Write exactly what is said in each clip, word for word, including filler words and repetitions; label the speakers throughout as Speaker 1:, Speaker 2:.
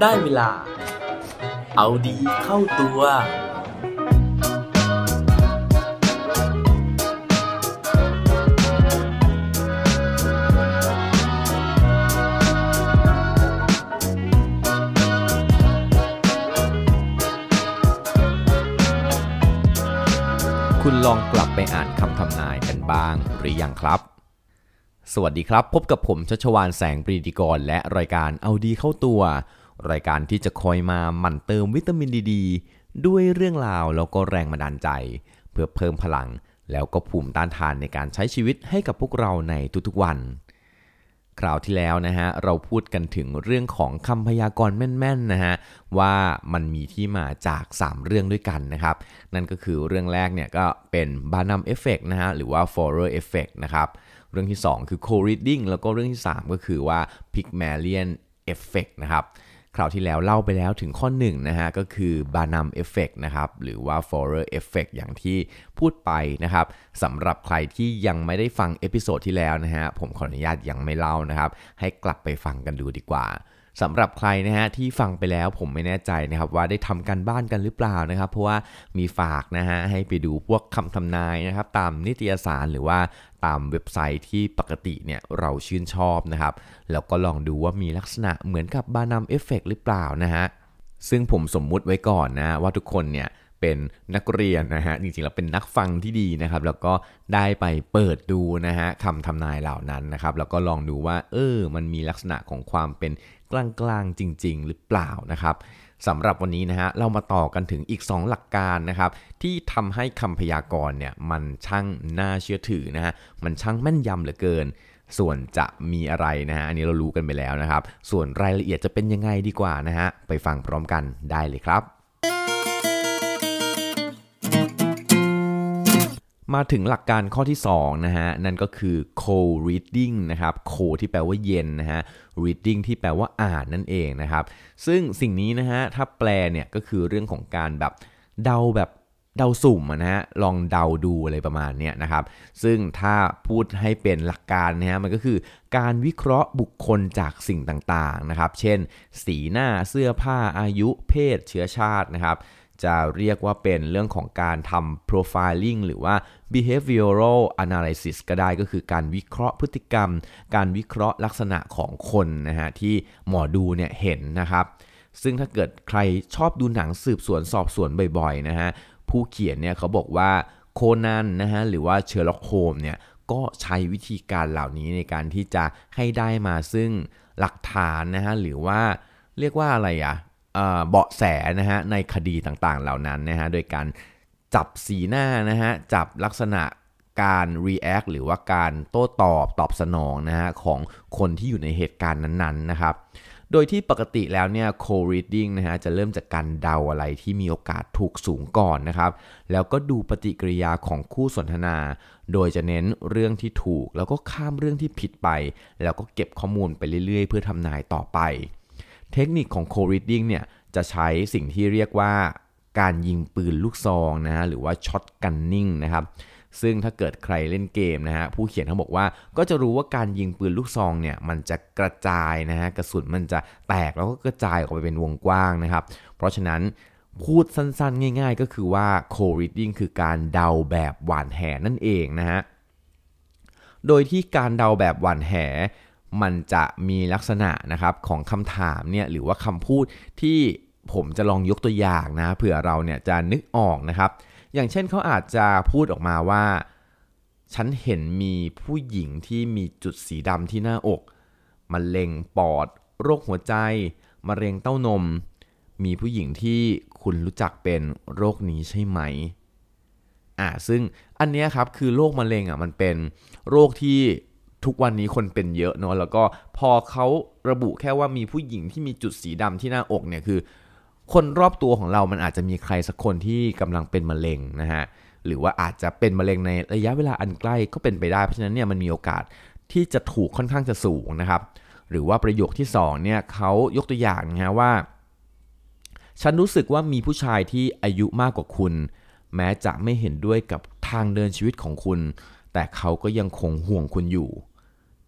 Speaker 1: ได้เวลาเอาดีเข้าตัว
Speaker 2: คุณลองกลับไปอ่านคำทำนายกันบ้างหรือยังครับสวัสดีครับพบกับผมชัชวาลแสงปรีดีกรและรายการเอาดีเข้าตัวรายการที่จะคอยมาหมั่นเติมวิตามินดีดีด้วยเรื่องราวแล้วก็แรงบันดาลใจเพื่อเพิ่มพลังแล้วก็ภูมิต้านทานในการใช้ชีวิตให้กับพวกเราในทุกๆวันคราวที่แล้วนะฮะเราพูดกันถึงเรื่องของคำพยากรณ์แม่นๆนะฮะว่ามันมีที่มาจากสามเรื่องด้วยกันนะครับนั่นก็คือเรื่องแรกเนี่ยก็เป็น Barnum Effect นะฮะหรือว่า Forer Effect นะครับเรื่องที่สองคือ Co-reading แล้วก็เรื่องที่สามก็คือว่า Pygmalion Effect นะครับคราวที่แล้วเล่าไปแล้วถึงข้อหนึ่งนะฮะก็คือ Barnum Effect นะครับหรือว่า Forer Effect อย่างที่พูดไปนะครับสำหรับใครที่ยังไม่ได้ฟังเอพิโซดที่แล้วนะฮะผมขออนุญาตยังไม่เล่านะครับให้กลับไปฟังกันดูดีกว่าสำหรับใครนะฮะที่ฟังไปแล้วผมไม่แน่ใจนะครับว่าได้ทำการบ้านกันหรือเปล่านะครับเพราะว่ามีฝากนะฮะให้ไปดูพวกคำทำนายนะครับตามนิตยสารหรือว่าตามเว็บไซต์ที่ปกติเนี่ยเราชื่นชอบนะครับแล้วก็ลองดูว่ามีลักษณะเหมือนกับ Barnum Effect หรือเปล่านะฮะซึ่งผมสมมุติไว้ก่อนนะว่าทุกคนเนี่ยเป็นนักเรียนนะฮะจริงๆแล้วเป็นนักฟังที่ดีนะครับแล้วก็ได้ไปเปิดดูนะฮะคำทำนายเหล่านั้นนะครับแล้วก็ลองดูว่าเออมันมีลักษณะของความเป็นกลางๆจริงๆหรือเปล่านะครับสำหรับวันนี้นะฮะเรามาต่อกันถึงอีกสองหลักการนะครับที่ทำให้คำพยากรณ์เนี่ยมันช่างน่าเชื่อถือนะฮะมันช่างแม่นยำเหลือเกินส่วนจะมีอะไรนะฮะอันนี้เรารู้กันไปแล้วนะครับส่วนรายละเอียดจะเป็นยังไงดีกว่านะฮะไปฟังพร้อมกันได้เลยครับมาถึงหลักการข้อที่สองนะฮะนั่นก็คือ co-reading นะครับ co ที่แปลว่าเย็นนะฮะ reading ที่แปลว่าอ่านนั่นเองนะครับซึ่งสิ่งนี้นะฮะถ้าแปลเนี่ยก็คือเรื่องของการแบบเดาแบบเดาสุ่มนะฮะลองเดาดูอะไรประมาณเนี้ยนะครับซึ่งถ้าพูดให้เป็นหลักการนะฮะมันก็คือการวิเคราะห์บุคคลจากสิ่งต่างๆนะครับเช่นสีหน้าเสื้อผ้าอายุเพศเชื้อชาตินะครับจะเรียกว่าเป็นเรื่องของการทำ profiling หรือว่า behavioral analysis ก็ได้ก็คือการวิเคราะห์พฤติกรรมการวิเคราะห์ลักษณะของคนนะฮะที่หมอดูเนี่ยเห็นนะครับซึ่งถ้าเกิดใครชอบดูหนังสืบสวนสอบสวนบ่อยๆนะฮะผู้เขียนเนี่ยเขาบอกว่าโคนันนะฮะหรือว่าเชอร์ล็อกโฮมส์เนี่ยก็ใช้วิธีการเหล่านี้ในการที่จะให้ได้มาซึ่งหลักฐานนะฮะหรือว่าเรียกว่าอะไรอ่ะเบาะแสนะฮะในคดีต่างๆเหล่านั้นนะฮะโดยการจับสีหน้านะฮะจับลักษณะการ react หรือว่าการโต้ตอบตอบสนองนะฮะของคนที่อยู่ในเหตุการณ์นั้นๆนะครับโดยที่ปกติแล้วเนี่ย co-reading นะฮะจะเริ่มจากการเดาอะไรที่มีโอกาสถูกสูงก่อนนะครับแล้วก็ดูปฏิกิริยาของคู่สนทนาโดยจะเน้นเรื่องที่ถูกแล้วก็ข้ามเรื่องที่ผิดไปแล้วก็เก็บข้อมูลไปเรื่อยๆเพื่อทำนายต่อไปเทคนิคของ co-reading เนี่ยจะใช้สิ่งที่เรียกว่าการยิงปืนลูกซองนะฮะหรือว่า shot gunning นะครับซึ่งถ้าเกิดใครเล่นเกมนะฮะผู้เขียนเขาบอกว่าก็จะรู้ว่าการยิงปืนลูกซองเนี่ยมันจะกระจายนะฮะกระสุนมันจะแตกแล้วก็กระจายออกไปเป็นวงกว้างนะครับเพราะฉะนั้นพูดสั้นๆง่ายๆก็คือว่า co-reading คือการเดาแบบหว่านแหนั่นเองนะฮะโดยที่การเดาแบบหว่านแหมันจะมีลักษณะนะครับของคำถามเนี่ยหรือว่าคำพูดที่ผมจะลองยกตัวอย่างนะเผื่อเราเนี่ยจะนึกออกนะครับอย่างเช่นเขาอาจจะพูดออกมาว่าฉันเห็นมีผู้หญิงที่มีจุดสีดำที่หน้าอกมะเร็งปอดโรคหัวใจมะเร็งเต้านมมีผู้หญิงที่คุณรู้จักเป็นโรคนี้ใช่ไหมอ่าซึ่งอันเนี้ยครับคือโรคมะเร็งอ่ะมันเป็นโรคที่ทุกวันนี้คนเป็นเยอะเนาะแล้วก็พอเขาระบุแค่ว่ามีผู้หญิงที่มีจุดสีดำที่หน้าอกเนี่ยคือคนรอบตัวของเรามันอาจจะมีใครสักคนที่กำลังเป็นมะเร็งนะฮะหรือว่าอาจจะเป็นมะเร็งในระยะเวลาอันใกล้ก็เป็นไปได้เพราะฉะนั้นเนี่ยมันมีโอกาสที่จะถูกค่อนข้างจะสูงนะครับหรือว่าประโยคที่สองเนี่ยเขายกตัวอย่างนะฮะว่าฉันรู้สึกว่ามีผู้ชายที่อายุมากกว่าคุณแม้จะไม่เห็นด้วยกับทางเดินชีวิตของคุณแต่เขาก็ยังคงห่วงคุณอยู่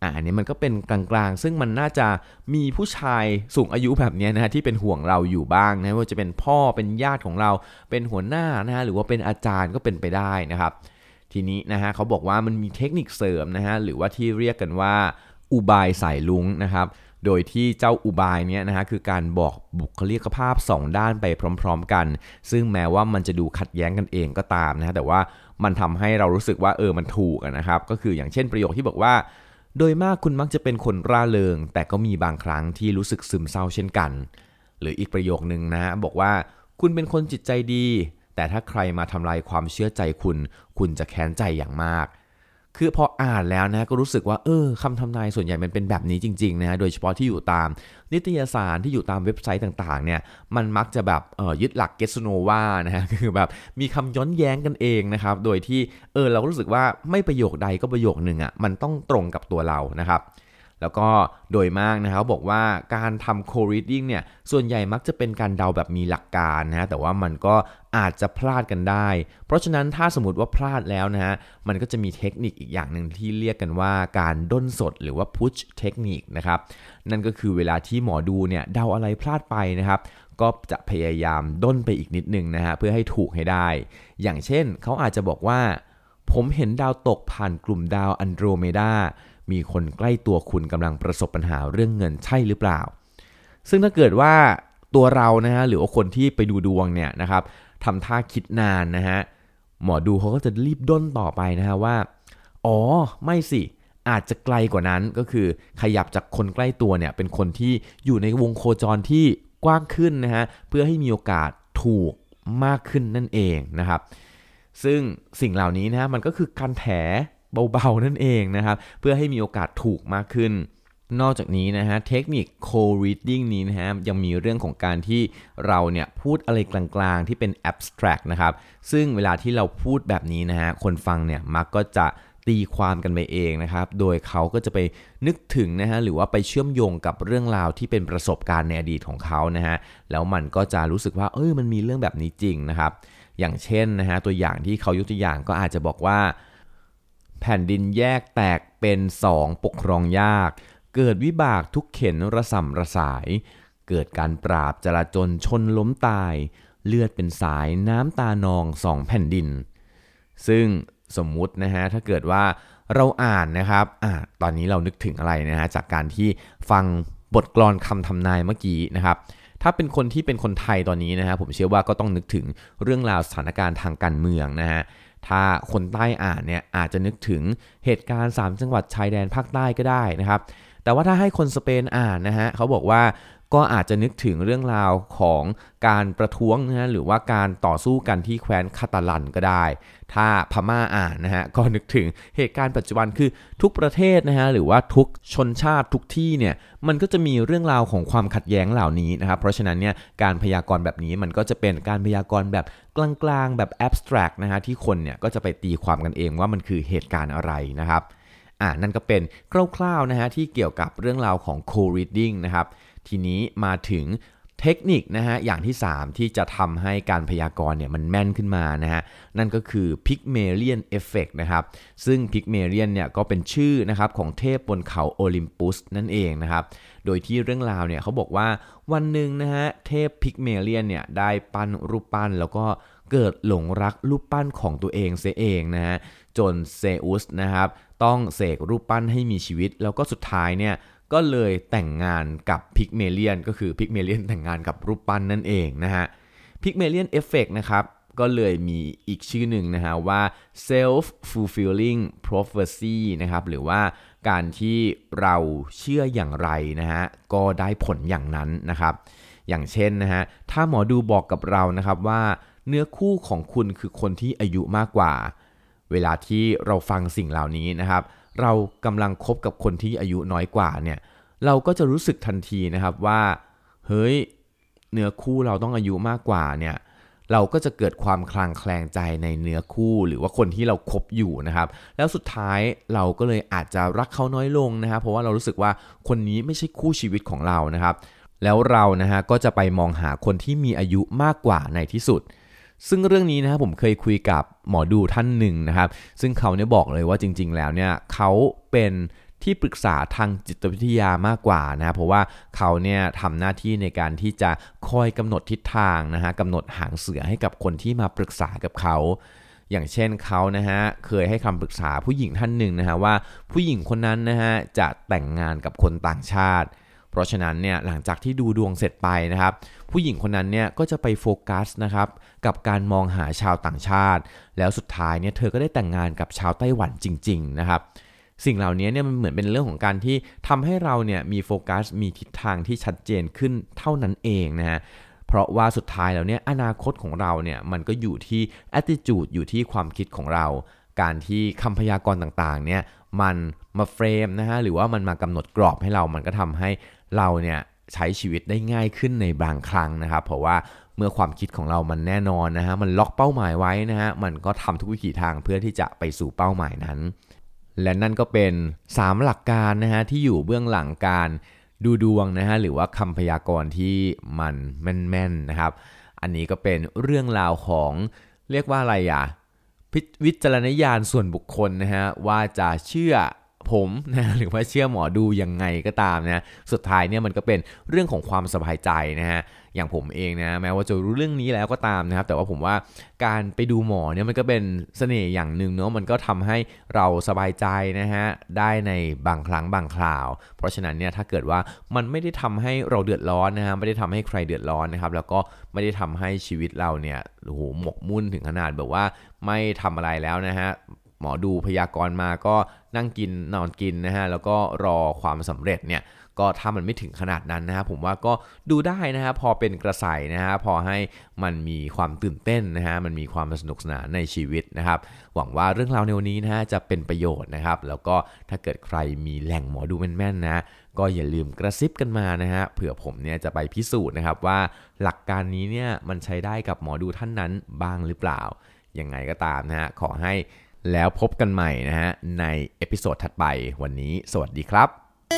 Speaker 2: อ่ะอันนี้มันก็เป็นกลางๆซึ่งมันน่าจะมีผู้ชายสูงอายุแบบนี้นะฮะที่เป็นห่วงเราอยู่บ้างนะว่าจะเป็นพ่อเป็นญาติของเราเป็นหัวหน้านะฮะหรือว่าเป็นอาจารย์ก็เป็นไปได้นะครับทีนี้นะฮะเขาบอกว่ามันมีเทคนิคเสริมนะฮะหรือว่าที่เรียกกันว่าอุบายสายลุ้งนะครับโดยที่เจ้าอุบายเนี้ยนะฮะคือการบอกบุคลิกภาพสองด้านไปพร้อมๆกันซึ่งแม้ว่ามันจะดูขัดแย้งกันเองก็ตามนะฮะแต่ว่ามันทำให้เรารู้สึกว่าเออมันถูกนะครับก็คืออย่างเช่นประโยคที่บอกว่าโดยมากคุณมักจะเป็นคนร่าเริงแต่ก็มีบางครั้งที่รู้สึกซึมเศร้าเช่นกันหรืออีกประโยคนึงนะฮะบอกว่าคุณเป็นคนจิตใจดีแต่ถ้าใครมาทำลายความเชื่อใจคุณคุณจะแค้นใจอย่างมากคือพออ่านแล้วนะก็รู้สึกว่าเออคำทำนายส่วนใหญ่มันเป็นแบบนี้จริงๆนะฮะโดยเฉพาะที่อยู่ตามนิตยสารที่อยู่ตามเว็บไซต์ต่างๆเนี่ยมันมักจะแบบเอ่อยึดหลักเกสโนวานะฮะคือแบบมีคำย้อนแย้งกันเองนะครับโดยที่เออเราก็รู้สึกว่าไม่ประโยคใดก็ประโยคนึงอ่ะมันต้องตรงกับตัวเรานะครับแล้วก็โดยมากนะครับบอกว่าการทำ co-reading เนี่ยส่วนใหญ่มักจะเป็นการเดาแบบมีหลักการนะฮะแต่ว่ามันก็อาจจะพลาดกันได้เพราะฉะนั้นถ้าสมมติว่าพลาดแล้วนะฮะมันก็จะมีเทคนิคอีกอย่างหนึ่งที่เรียกกันว่าการด้นสดหรือว่า push เทคนิคนะครับนั่นก็คือเวลาที่หมอดูเนี่ยเดาอะไรพลาดไปนะครับก็จะพยายามด้นไปอีกนิดนึงนะฮะเพื่อให้ถูกให้ได้อย่างเช่นเขาอาจจะบอกว่าผมเห็นดาวตกผ่านกลุ่มดาวอันโดรเมดามีคนใกล้ตัวคุณกำลังประสบปัญหาเรื่องเงินใช่หรือเปล่าซึ่งถ้าเกิดว่าตัวเรานะฮะหรือว่าคนที่ไปดูดวงเนี่ยนะครับทำท่าคิดนานนะฮะหมอดูเขาก็จะรีบด้นต่อไปนะฮะว่าอ๋อไม่สิอาจจะไกลกว่านั้นก็คือขยับจากคนใกล้ตัวเนี่ยเป็นคนที่อยู่ในวงโคจรที่กว้างขึ้นนะฮะเพื่อให้มีโอกาสถูกมากขึ้นนั่นเองนะครับซึ่งสิ่งเหล่านี้นะฮะมันก็คือการแถเบาๆนั่นเองนะครับเพื่อให้มีโอกาสถูกมากขึ้นนอกจากนี้นะฮะเทคนิค co-reading นี้นะฮะยังมีเรื่องของการที่เราเนี่ยพูดอะไรกลางๆที่เป็น abstract นะครับซึ่งเวลาที่เราพูดแบบนี้นะฮะคนฟังเนี่ยมักก็จะตีความกันไปเองนะครับโดยเขาก็จะไปนึกถึงนะฮะหรือว่าไปเชื่อมโยงกับเรื่องราวที่เป็นประสบการณ์ในอดีตของเขานะฮะแล้วมันก็จะรู้สึกว่าเออมันมีเรื่องแบบนี้จริงนะครับอย่างเช่นนะฮะตัวอย่างที่เขายกตัวอย่างก็อาจจะบอกว่าแผ่นดินแยกแตกเป็นสองปกครองยากเกิดวิบากทุกเข็นระส่ำระสายเกิดการปราบจลาจลชนล้มตายเลือดเป็นสายน้ำตานองสองแผ่นดินซึ่งสมมุตินะฮะถ้าเกิดว่าเราอ่านนะครับอ่าตอนนี้เรานึกถึงอะไรนะฮะจากการที่ฟังบทกลอนคำทำนายเมื่อกี้นะครับถ้าเป็นคนที่เป็นคนไทยตอนนี้นะฮะผมเชื่อว่าก็ต้องนึกถึงเรื่องราวสถานการณ์ทางการเมืองนะฮะถ้าคนใต้อ่านเนี่ยอาจจะนึกถึงเหตุการณ์สามจังหวัดชายแดนภาคใต้ก็ได้นะครับแต่ว่าถ้าให้คนสเปนอ่านนะฮะเขาบอกว่าก็อาจจะนึกถึงเรื่องราวของการประท้วงนะฮะหรือว่าการต่อสู้กันที่แคว้นคาตาลันก็ได้ถ้าพม่าอ่านนะฮะก็นึกถึงเหตุการณ์ปัจจุบันคือทุกประเทศนะฮะหรือว่าทุกชนชาติทุกที่เนี่ยมันก็จะมีเรื่องราวของความขัดแย้งเหล่านี้นะครับเพราะฉะนั้นเนี่ยการพยากรณ์แบบนี้มันก็จะเป็นการพยากรณ์แบบกลางๆแบบ abstract นะฮะที่คนเนี่ยก็จะไปตีความกันเองว่ามันคือเหตุการณ์อะไรนะครับอ่านั่นก็เป็นคร่าวๆนะฮะที่เกี่ยวกับเรื่องราวของ co-reading นะครับทีนี้มาถึงเทคนิคนะฮะอย่างที่สามที่จะทำให้การพยากรณ์เนี่ยมันแม่นขึ้นมานะฮะนั่นก็คือ Pygmalion Effect นะครับซึ่ง Pygmalion เนี่ยก็เป็นชื่อนะครับของเทพบนเขาโอลิมปัสนั่นเองนะครับโดยที่เรื่องราวเนี่ยเขาบอกว่าวันหนึ่งนะฮะเทพ Pygmalion เนี่ยได้ปั้นรูปปั้นแล้วก็เกิดหลงรักรูปปั้นของตัวเองเสียเองนะฮะจนเซอุสนะครับต้องเสกรูปปั้นให้มีชีวิตแล้วก็สุดท้ายเนี่ยก็เลยแต่งงานกับพิกเมเลียนก็คือพิกเมเลียนแต่งงานกับรูปปั้นนั่นเองนะฮะพิกเมเลียนเอฟเฟกต์นะครับก็เลยมีอีกชื่อหนึ่งนะฮะว่า self fulfilling prophecy นะครับหรือว่าการที่เราเชื่ออย่างไรนะฮะก็ได้ผลอย่างนั้นนะครับอย่างเช่นนะฮะถ้าหมอดูบอกกับเรานะครับว่าเนื้อคู่ของคุณคือคนที่อายุมากกว่าเวลาที่เราฟังสิ่งเหล่านี้นะครับเรากำลังคบกับคนที่อายุน้อยกว่าเนี่ยเราก็จะรู้สึกทันทีนะครับว่าเฮ้ยเนื้อคู่เราต้องอายุมากกว่าเนี่ยเราก็จะเกิดความคลางแคลงใจในเนื้อคู่หรือว่าคนที่เราคบอยู่นะครับแล้วสุดท้ายเราก็เลยอาจจะรักเขาน้อยลงนะครับเพราะว่าเรารู้สึกว่าคนนี้ไม่ใช่คู่ชีวิตของเรานะครับแล้วเรานะฮะก็จะไปมองหาคนที่มีอายุมากกว่าในที่สุดซึ่งเรื่องนี้นะครับผมเคยคุยกับหมอดูท่านหนึ่งนะครับซึ่งเขาเนี่ยบอกเลยว่าจริงๆแล้วเนี่ยเขาเป็นที่ปรึกษาทางจิตวิทยามากกว่านะเพราะว่าเขาเนี่ยทำหน้าที่ในการที่จะคอยกำหนดทิศทางนะฮะกำหนดหางเสือให้กับคนที่มาปรึกษากับเขาอย่างเช่นเขานะฮะเคยให้คำปรึกษาผู้หญิงท่านหนึ่งนะฮะว่าผู้หญิงคนนั้นนะฮะจะแต่งงานกับคนต่างชาติเพราะฉะนั้นเนี่ยหลังจากที่ดูดวงเสร็จไปนะครับผู้หญิงคนนั้นเนี่ยก็จะไปโฟกัสนะครับกับการมองหาชาวต่างชาติแล้วสุดท้ายเนี่ยเธอก็ได้แต่งงานกับชาวไต้หวันจริงๆนะครับสิ่งเหล่านี้เนี่ยมันเหมือนเป็นเรื่องของการที่ทำให้เราเนี่ยมีโฟกัสมีทิศทางที่ชัดเจนขึ้นเท่านั้นเองนะฮะเพราะว่าสุดท้ายแล้วเนี่ยอนาคตของเราเนี่ยมันก็อยู่ที่ attitude อยู่ที่ความคิดของเราการที่คำพยากรณ์ต่างๆเนี่ยมันมาเฟรมนะฮะหรือว่ามันมากำหนดกรอบให้เรามันก็ทำให้เราเนี่ยใช้ชีวิตได้ง่ายขึ้นในบางครั้งนะครับเพราะว่าเมื่อความคิดของเรามันแน่นอนนะฮะมันล็อกเป้าหมายไว้นะฮะมันก็ทำทุกวิถีทางเพื่อที่จะไปสู่เป้าหมายนั้นและนั่นก็เป็นสามหลักการนะฮะที่อยู่เบื้องหลังการดูดวงนะฮะหรือว่าคำพยากรณ์ที่มันแม่นๆนะครับอันนี้ก็เป็นเรื่องราวของเรียกว่าอะไรอ่ะวิจารณญาณส่วนบุคคลนะฮะว่าจะเชื่อผมนะหรือว่าเชื่อหมอดูยังไงก็ตามนะสุดท้ายเนี่ยมันก็เป็นเรื่องของความสบายใจนะฮะอย่างผมเองนะแม้ว่าจะรู้เรื่องนี้แล้วก็ตามนะครับแต่ว่าผมว่าการไปดูหมอเนี่ยมันก็เป็นเสน่ห์อย่างนึงเนาะมันก็ทำให้เราสบายใจนะฮะได้ในบางครั้งบางคราวเพราะฉะนั้นเนี่ยถ้าเกิดว่ามันไม่ได้ทำให้เราเดือดร้อนนะฮะไม่ได้ทำให้ใครเดือดร้อนนะครับแล้วก็ไม่ได้ทำให้ชีวิตเราเนี่ยโอ้โหหมกมุ่นถึงขนาดแบบว่าไม่ทำอะไรแล้วนะฮะหมอดูพยากรณ์มาก็นั่งกินนอนกินนะฮะแล้วก็รอความสำเร็จเนี่ยก็ถ้ามันไม่ถึงขนาดนั้นนะฮะผมว่าก็ดูได้นะฮะพอเป็นกระแสนะฮะพอให้มันมีความตื่นเต้นนะฮะมันมีความสนุกสนานในชีวิตนะครับหวังว่าเรื่องราวในวันนี้นะฮะจะเป็นประโยชน์นะครับแล้วก็ถ้าเกิดใครมีแหล่งหมอดูแม่นๆนะก็อย่าลืมกระซิบกันมานะฮะเผื่อผมเนี่ยจะไปพิสูจน์นะครับว่าหลักการนี้เนี่ยมันใช้ได้กับหมอดูท่านนั้นบ้างหรือเปล่ายังไงก็ตามนะฮะขอให้แล้วพบกันใหม่นะฮะในเอพิโซดถัดไปวันนี้สวัสดีครับ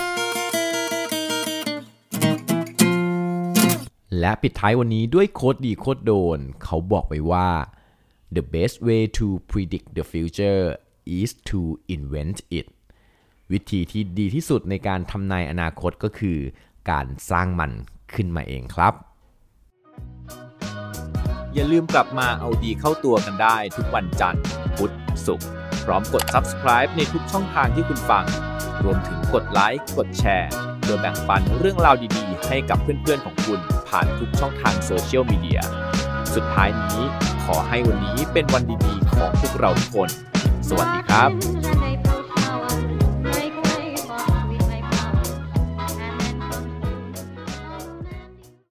Speaker 2: และปิดท้ายวันนี้ด้วยโค้ดดีโค้ดโดนเขาบอกไว้ว่า the best way to predict the future is to invent it วิธีที่ดีที่สุดในการทำนายอนาคตก็คือการสร้างมันขึ้นมาเองครับ
Speaker 1: อย่าลืมกลับมาเอาดีเข้าตัวกันได้ทุกวันจันทร์พุธศุกร์พร้อมกด Subscribe ในทุกช่องทางที่คุณฟังรวมถึงกดไลค์กดแชร์โดยแบ่งปันเรื่องราวดีๆให้กับเพื่อนๆของคุณผ่านทุกช่องทางโซเชียลมีเดียสุดท้ายนี้ขอให้วันนี้เป็นวันดีๆของพวกเราทุกคนสวัสดีครับ